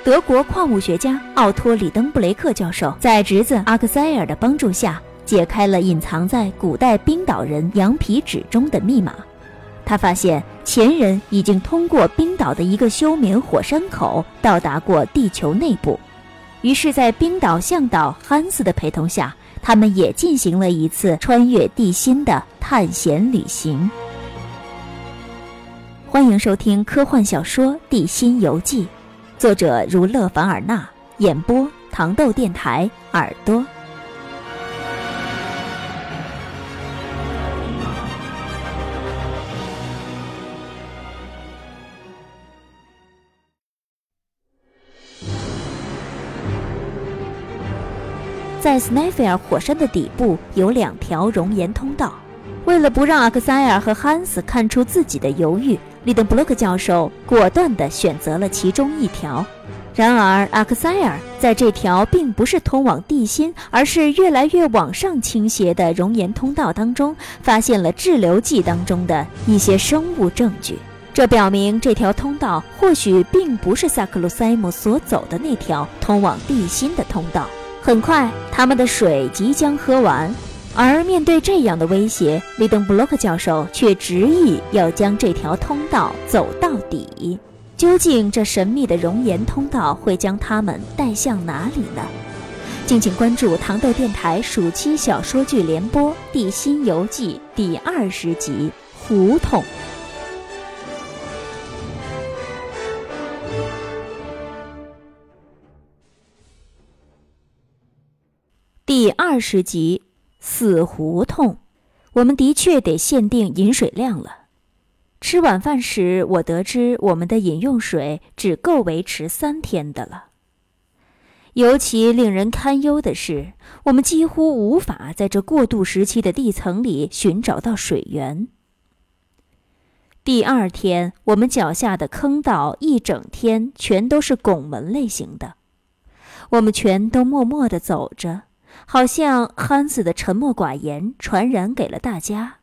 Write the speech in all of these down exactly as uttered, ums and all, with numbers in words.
德国矿物学家奥托·里登布雷克教授在侄子阿克塞尔的帮助下，解开了隐藏在古代冰岛人羊皮纸中的密码。他发现前人已经通过冰岛的一个休眠火山口到达过地球内部，于是在冰岛向导汉斯的陪同下，他们也进行了一次穿越地心的探险旅行。欢迎收听科幻小说《地心游记》，作者如勒·凡尔纳，演播糖豆电台耳朵。在斯奈菲尔火山的底部有两条熔岩通道，为了不让阿克塞尔和汉斯看出自己的犹豫，利登布洛克教授果断地选择了其中一条。然而阿克塞尔在这条并不是通往地心，而是越来越往上倾斜的熔岩通道当中，发现了滞留剂当中的一些生物证据。这表明这条通道或许并不是萨克鲁塞姆所走的那条通往地心的通道。很快他们的水即将喝完，而面对这样的威胁，利登布洛克教授却执意要将这条通道走到底。究竟这神秘的熔岩通道会将他们带向哪里呢？敬请关注糖豆电台暑期小说剧联播《地心游记》第二十集《胡同》。第二十集死胡同。我们的确得限定饮水量了。吃晚饭时，我得知我们的饮用水只够维持三天的了。尤其令人堪忧的是，我们几乎无法在这过渡时期的地层里寻找到水源。第二天，我们脚下的坑道一整天全都是拱门类型的。我们全都默默地走着，好像汉斯的沉默寡言传染给了大家。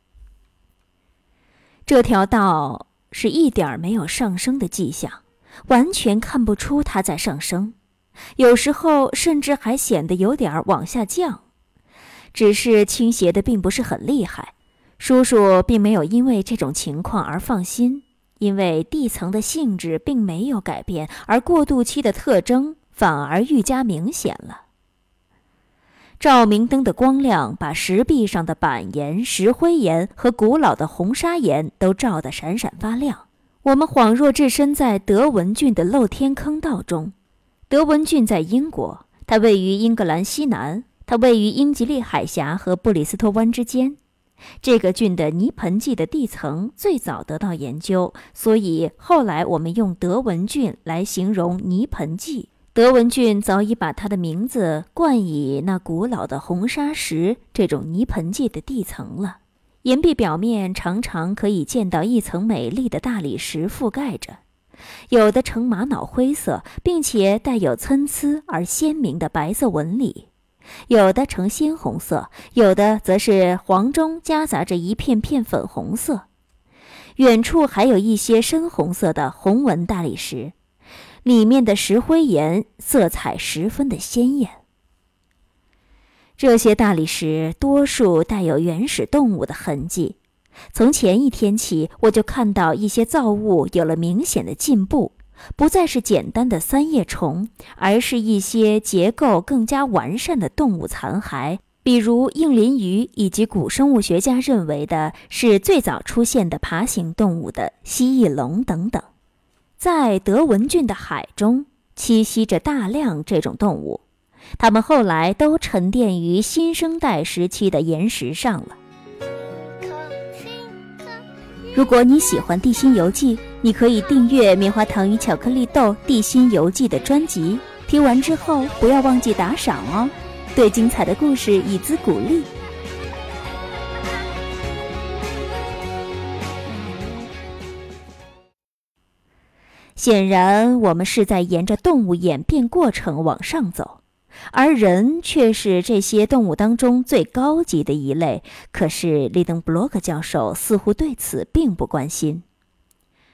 这条道是一点没有上升的迹象，完全看不出它在上升，有时候甚至还显得有点往下降，只是倾斜的并不是很厉害。叔叔并没有因为这种情况而放心，因为地层的性质并没有改变，而过渡期的特征反而愈加明显了。照明灯的光亮把石壁上的板岩、石灰岩和古老的红砂岩都照得闪闪发亮。我们恍若置身在德文郡的露天坑道中。德文郡在英国，它位于英格兰西南，它位于英吉利海峡和布里斯托湾之间。这个郡的泥盆纪的地层最早得到研究，所以后来我们用德文郡来形容泥盆纪。德文郡早已把它的名字冠以那古老的红砂石这种泥盆纪的地层了。岩壁表面常常可以见到一层美丽的大理石覆盖着，有的呈玛瑙灰色，并且带有参差而鲜明的白色纹理，有的呈鲜红色，有的则是黄中夹杂着一片片粉红色。远处还有一些深红色的红纹大理石，里面的石灰岩色彩十分的鲜艳。这些大理石多数带有原始动物的痕迹。从前一天起，我就看到一些造物有了明显的进步，不再是简单的三叶虫，而是一些结构更加完善的动物残骸，比如硬鳞鱼，以及古生物学家认为的是最早出现的爬行动物的蜥蜴龙等等。在德文郡的海中栖息着大量这种动物，它们后来都沉淀于新生代时期的岩石上了。如果你喜欢《地心游记》，你可以订阅棉花糖与巧克力豆《地心游记》的专辑，听完之后不要忘记打赏哦，对精彩的故事以资鼓励。显然我们是在沿着动物演变过程往上走，而人却是这些动物当中最高级的一类。可是利登布洛克教授似乎对此并不关心。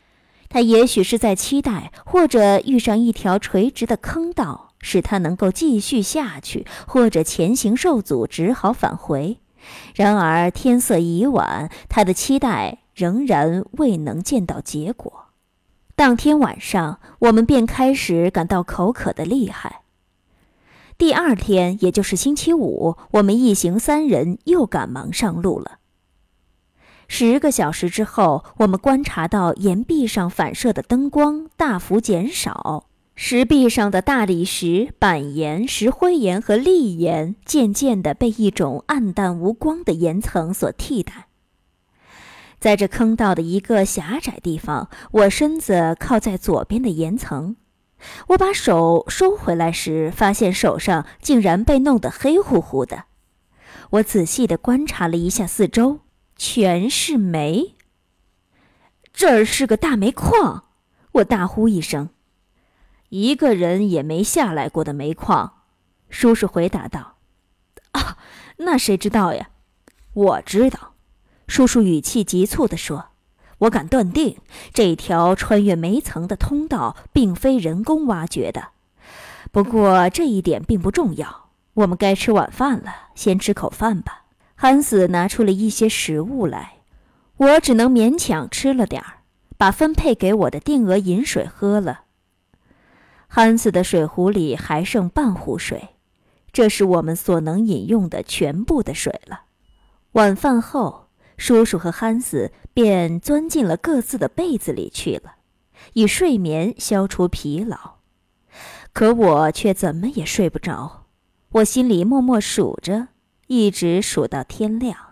他也许是在期待，或者遇上一条垂直的坑道，使他能够继续下去，或者前行受阻，只好返回。然而天色已晚，他的期待仍然未能见到结果。当天晚上，我们便开始感到口渴得厉害。第二天，也就是星期五，我们一行三人又赶忙上路了。十个小时之后，我们观察到岩壁上反射的灯光大幅减少，石壁上的大理石、板岩、石灰岩和砾岩渐渐地被一种暗淡无光的岩层所替代。在这坑道的一个狭窄地方，我身子靠在左边的岩层。我把手收回来时，发现手上竟然被弄得黑乎乎的。我仔细地观察了一下四周，全是煤。这儿是个大煤矿！我大呼一声。一个人也没下来过的煤矿，叔叔回答道。啊，那谁知道呀？我知道。叔叔语气急促地说，我敢断定，这条穿越煤层的通道并非人工挖掘的。不过这一点并不重要，我们该吃晚饭了，先吃口饭吧。汉斯拿出了一些食物来，我只能勉强吃了点儿，把分配给我的定额饮水喝了。汉斯的水壶里还剩半壶水，这是我们所能饮用的全部的水了。晚饭后，叔叔和汉斯便钻进了各自的被子里去了，以睡眠消除疲劳。可我却怎么也睡不着，我心里默默数着，一直数到天亮。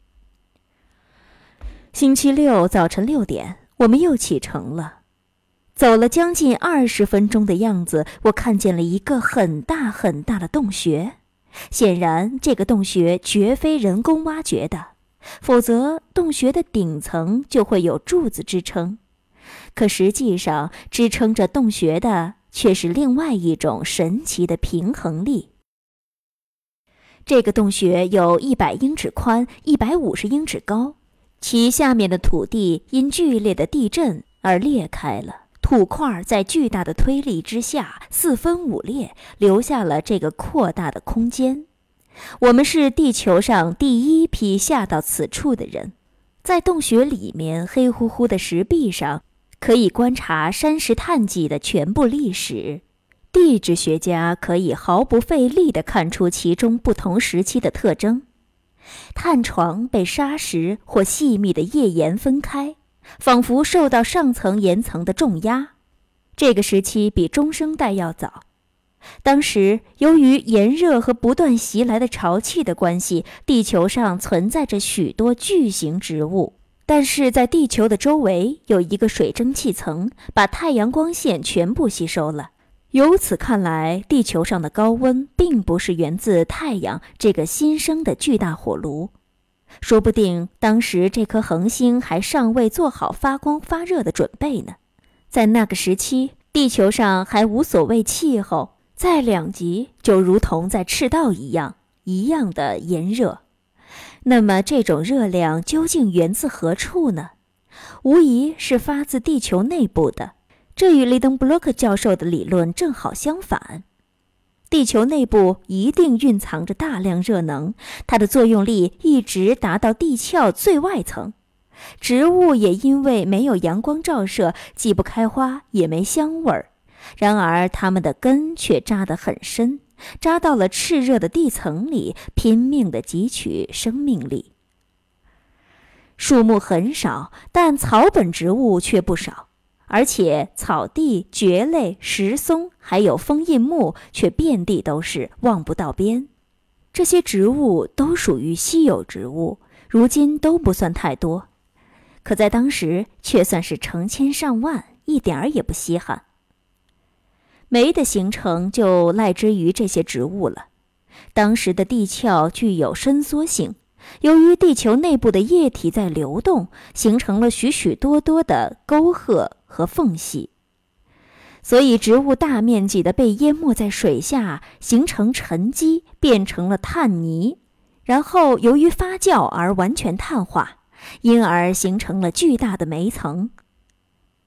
星期六早晨六点，我们又启程了。走了将近二十分钟的样子，我看见了一个很大很大的洞穴。显然，这个洞穴绝非人工挖掘的，否则洞穴的顶层就会有柱子支撑。可实际上，支撑着洞穴的却是另外一种神奇的平衡力。这个洞穴有一百英尺宽，一百五十英尺高，其下面的土地因剧烈的地震而裂开了。土块在巨大的推力之下四分五裂，留下了这个扩大的空间。我们是地球上第一批下到此处的人。在洞穴里面黑乎乎的石壁上，可以观察山石炭迹的全部历史。地质学家可以毫不费力地看出其中不同时期的特征。炭床被砂石或细密的页岩分开，仿佛受到上层岩层的重压。这个时期比中生代要早。当时由于炎热和不断袭来的潮气的关系，地球上存在着许多巨型植物，但是在地球的周围有一个水蒸气层，把太阳光线全部吸收了。由此看来，地球上的高温并不是源自太阳这个新生的巨大火炉。说不定当时这颗恒星还尚未做好发光发热的准备呢。在那个时期，地球上还无所谓气候，在两极就如同在赤道一样，一样的炎热。那么这种热量究竟源自何处呢？无疑是发自地球内部的。这与雷登布洛克教授的理论正好相反。地球内部一定蕴藏着大量热能，它的作用力一直达到地壳最外层。植物也因为没有阳光照射，既不开花也没香味儿。然而它们的根却扎得很深，扎到了炽热的地层里，拼命地汲取生命力。树木很少，但草本植物却不少。而且草地、蕨类、石松还有枫叶木却遍地都是，望不到边。这些植物都属于稀有植物，如今都不算太多，可在当时却算是成千上万，一点儿也不稀罕。煤的形成就赖之于这些植物了。当时的地壳具有伸缩性，由于地球内部的液体在流动，形成了许许多多的沟壑和缝隙，所以植物大面积地被淹没在水下，形成沉积，变成了碳泥，然后由于发酵而完全碳化，因而形成了巨大的煤层。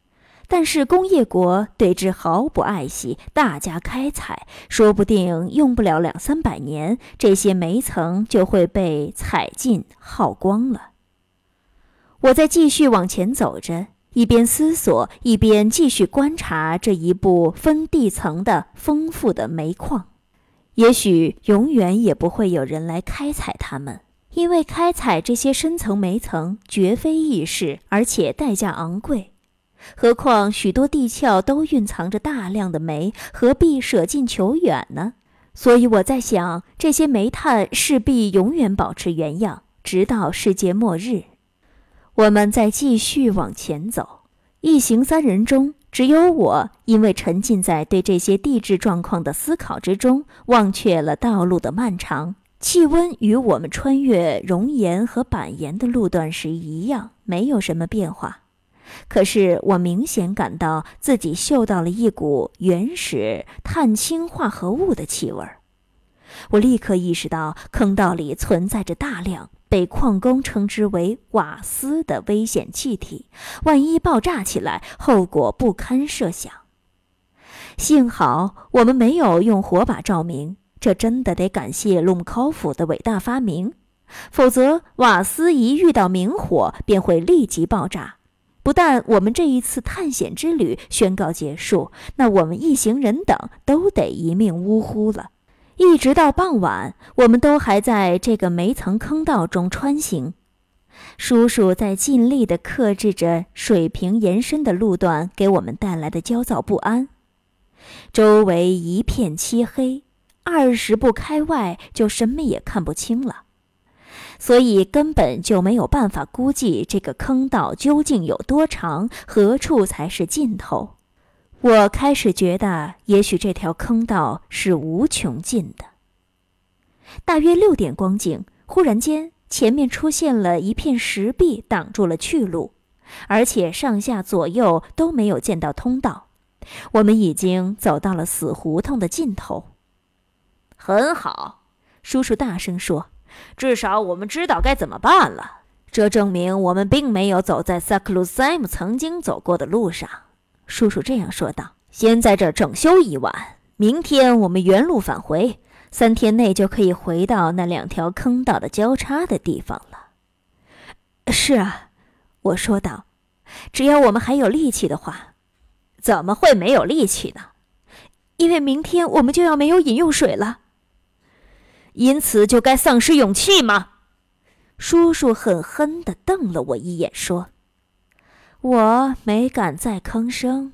但是工业国对之毫不爱惜，大加开采，说不定用不了两三百年，这些煤层就会被采尽耗光了。我在继续往前走着，一边思索，一边继续观察这一部分地层的丰富的煤矿。也许永远也不会有人来开采它们，因为开采这些深层煤层绝非易事，而且代价昂贵。何况许多地壳都蕴藏着大量的煤，何必舍近求远呢？所以我在想，这些煤炭势必永远保持原样，直到世界末日。我们再继续往前走，一行三人中，只有我因为沉浸在对这些地质状况的思考之中，忘却了道路的漫长。气温与我们穿越熔岩和板岩的路段时一样，没有什么变化。可是我明显感到自己嗅到了一股原始碳氢化合物的气味。我立刻意识到坑道里存在着大量被矿工称之为瓦斯的危险气体，万一爆炸起来，后果不堪设想。幸好我们没有用火把照明，这真的得感谢鲁姆考夫的伟大发明，否则瓦斯一遇到明火便会立即爆炸。不但我们这一次探险之旅宣告结束，那我们一行人等都得一命呜呼了。一直到傍晚，我们都还在这个煤层坑道中穿行。叔叔在尽力地克制着水平延伸的路段给我们带来的焦躁不安。周围一片漆黑，二十步开外就什么也看不清了，所以根本就没有办法估计这个坑道究竟有多长，何处才是尽头。我开始觉得，也许这条坑道是无穷尽的。大约六点光景，忽然间，前面出现了一片石壁，挡住了去路，而且上下左右都没有见到通道。我们已经走到了死胡同的尽头。很好，叔叔大声说，至少我们知道该怎么办了。这证明我们并没有走在萨克鲁塞姆曾经走过的路上。叔叔这样说道，先在这儿整修一晚，明天我们原路返回，三天内就可以回到那两条坑道的交叉的地方了。是啊，我说道，只要我们还有力气的话。怎么会没有力气呢？因为明天我们就要没有饮用水了。因此就该丧失勇气吗？叔叔狠狠地瞪了我一眼，说。我没敢再吭声。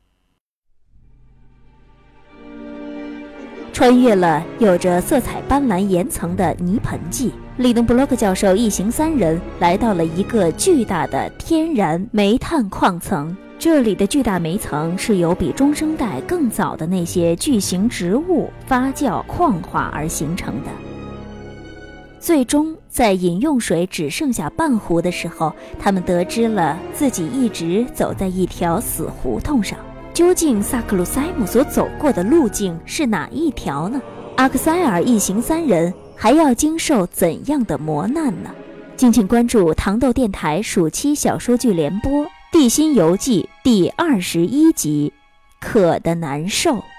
穿越了有着色彩斑斓岩层的泥盆纪，里登布洛克教授一行三人来到了一个巨大的天然煤炭矿层。这里的巨大煤层是由比中生代更早的那些巨型植物发酵矿化而形成的。最终在饮用水只剩下半壶的时候，他们得知了自己一直走在一条死胡同上。究竟萨克鲁塞姆所走过的路径是哪一条呢？阿克塞尔一行三人还要经受怎样的磨难呢？敬请关注糖豆电台暑期小说剧联播《地心游记》第二十一集《渴的难受》。